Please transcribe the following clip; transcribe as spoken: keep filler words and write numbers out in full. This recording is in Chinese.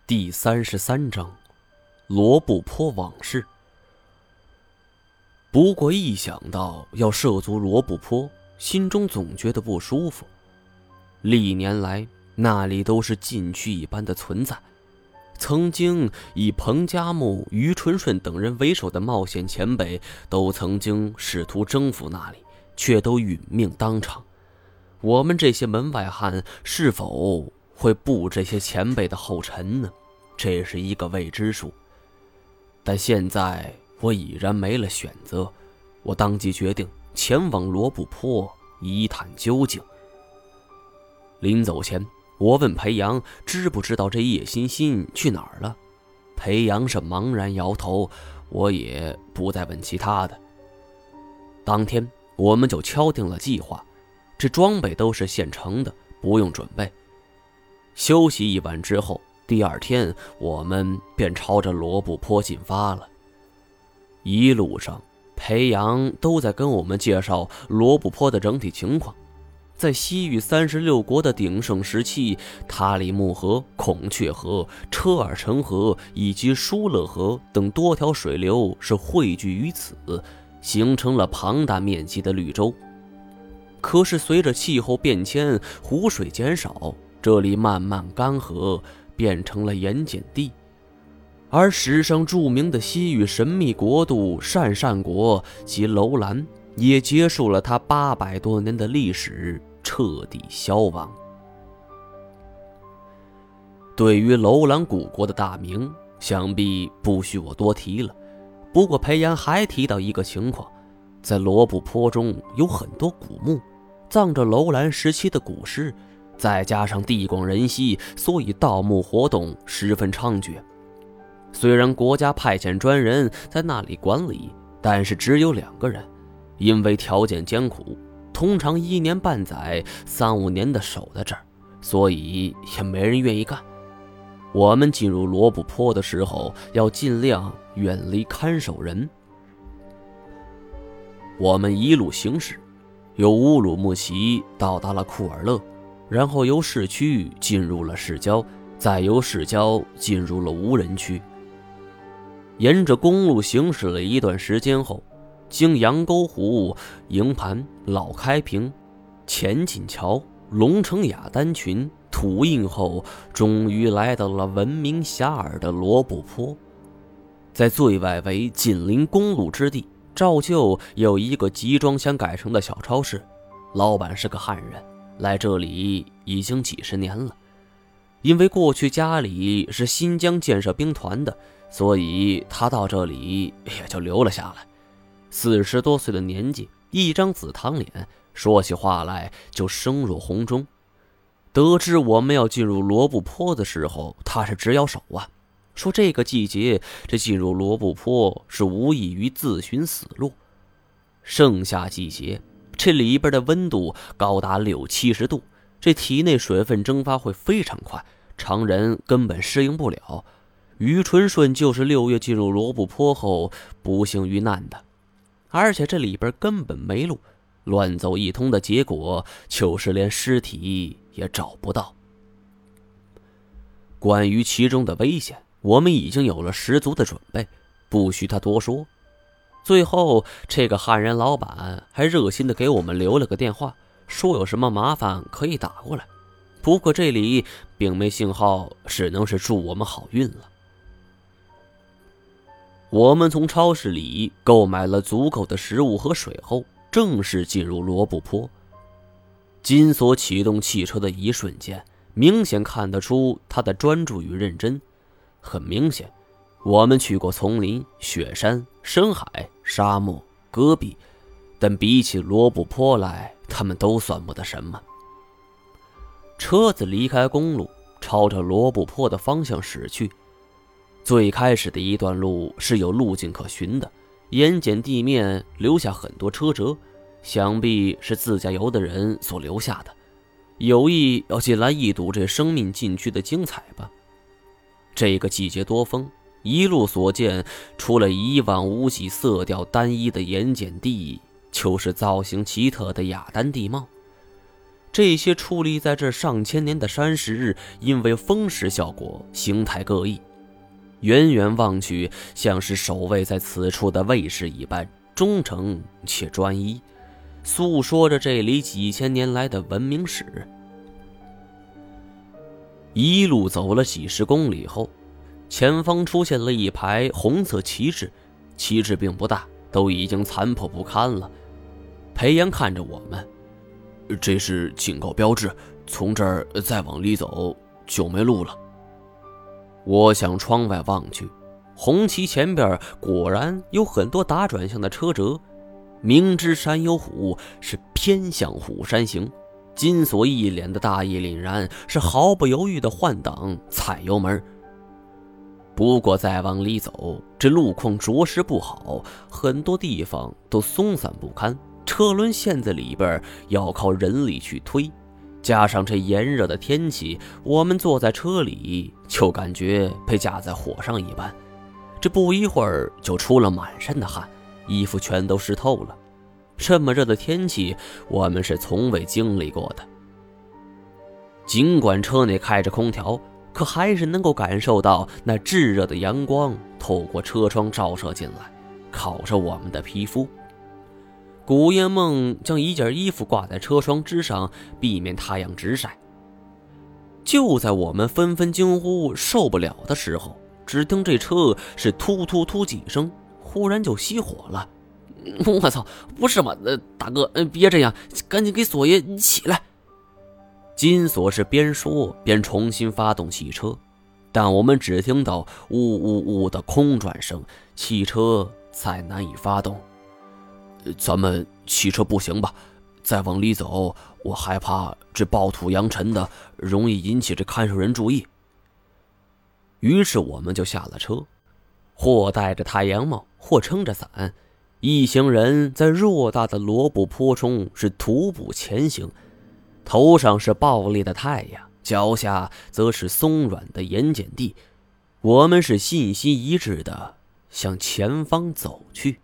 第三十三章，罗布泊往事。不过一想到要涉足罗布泊，心中总觉得不舒服。历年来，那里都是禁区一般的存在。曾经以彭加木、于纯顺等人为首的冒险前辈，都曾经试图征服那里，却都殒命当场。我们这些门外汉是否会步这些前辈的后尘呢？这是一个未知数。但现在我已然没了选择，我当即决定前往罗布泊一探究竟。临走前，我问裴阳知不知道这叶欣欣去哪儿了。裴阳是茫然摇头，我也不再问其他的。当天我们就敲定了计划，这装备都是现成的，不用准备。休息一晚之后，第二天我们便朝着罗布泊进发了。一路上裴阳都在跟我们介绍罗布泊的整体情况。在西域三十六国的鼎盛时期，塔里木河、孔雀河、车尔城河以及疏勒河等多条水流是汇聚于此，形成了庞大面积的绿洲。可是随着气候变迁，湖水减少，这里慢慢干涸，变成了盐碱地。而史上著名的西域神秘国度鄯善国及楼兰也结束了它八百多年的历史，彻底消亡。对于楼兰古国的大名，想必不需我多提了。不过裴阳还提到一个情况，在罗布泊中有很多古墓，葬着楼兰时期的古尸，再加上地广人稀，所以盗墓活动十分猖獗。虽然国家派遣专人在那里管理，但是只有两个人，因为条件艰苦，通常一年半载、三五年的守在这儿，所以也没人愿意干。我们进入罗布泊的时候，要尽量远离看守人。我们一路行驶，由乌鲁木齐到达了库尔勒，然后由市区进入了市郊，再由市郊进入了无人区。沿着公路行驶了一段时间后，经羊沟湖、营盘、老开平、前进桥、龙城雅丹群、土印后，终于来到了闻名遐迩的罗布泊。在最外围紧邻公路之地，照旧有一个集装箱改成的小超市，老板是个汉人，来这里已经几十年了。因为过去家里是新疆建设兵团的，所以他到这里也就留了下来。四十多岁的年纪，一张紫堂脸，说起话来就声若洪钟。得知我们要进入罗布泊的时候，他是直摇手啊，说这个季节这进入罗布泊是无异于自寻死路。盛夏季节，这里边的温度高达六七十度，这体内水分蒸发会非常快，常人根本适应不了。于纯顺就是六月进入罗布泊后不幸遇难的，而且这里边根本没路，乱走一通的结果就是连尸体也找不到。关于其中的危险，我们已经有了十足的准备，不需他多说。最后这个汉人老板还热心的给我们留了个电话，说有什么麻烦可以打过来。不过这里并没信号，只能是祝我们好运了。我们从超市里购买了足够的食物和水后，正式进入罗布泊。金锁启动汽车的一瞬间，明显看得出他的专注与认真。很明显，我们去过丛林、雪山、深海、沙漠、戈壁，但比起罗布泊来，他们都算不得什么。车子离开公路，朝着罗布泊的方向驶去。最开始的一段路是有路径可循的，盐碱地面留下很多车辙，想必是自驾游的人所留下的，有意要进来一睹这生命禁区的精彩吧。这个季节多风，一路所见除了一望无际色调单一的盐碱地，就是造型奇特的雅丹地貌。 这些矗立在这上千年的山石，因为风蚀效果，形态各异，远远望去像是守卫在此处的卫士一般，忠诚且专一，诉说着这里几千年来的文明史。一路走了几十公里后，前方出现了一排红色旗帜，旗帜并不大，都已经残破不堪了。裴阳看着我们，这是警告标志，从这儿再往里走就没路了。我向窗外望去，红旗前边果然有很多打转向的车辙，明知山有虎，是偏向虎山行。金锁一脸的大义凛然，是毫不犹豫的换挡踩油门。不过再往里走，这路况着实不好，很多地方都松散不堪，车轮陷在里边要靠人力去推，加上这炎热的天气，我们坐在车里就感觉被架在火上一般，这不一会儿就出了满身的汗，衣服全都湿透了。这么热的天气，我们是从未经历过的。尽管车内开着空调，可还是能够感受到那炙热的阳光透过车窗照射进来，烤着我们的皮肤。古烟梦将一件衣服挂在车窗之上，避免太阳直晒。就在我们纷纷惊呼受不了的时候，只听这车是突突突几声，忽然就熄火了。我操，不是吗？呃，大哥，呃，别这样，赶紧给锁爷起来。金锁是边说边重新发动汽车，但我们只听到呜呜呜的空转声，汽车再难以发动。咱们汽车不行吧？再往里走，我害怕这暴土扬尘的，容易引起这看守人注意。于是我们就下了车，或戴着太阳帽，或撑着伞，一行人在偌大的罗布泊中是徒步前行，头上是暴烈的太阳，脚下则是松软的盐碱地。我们是信息一致的向前方走去。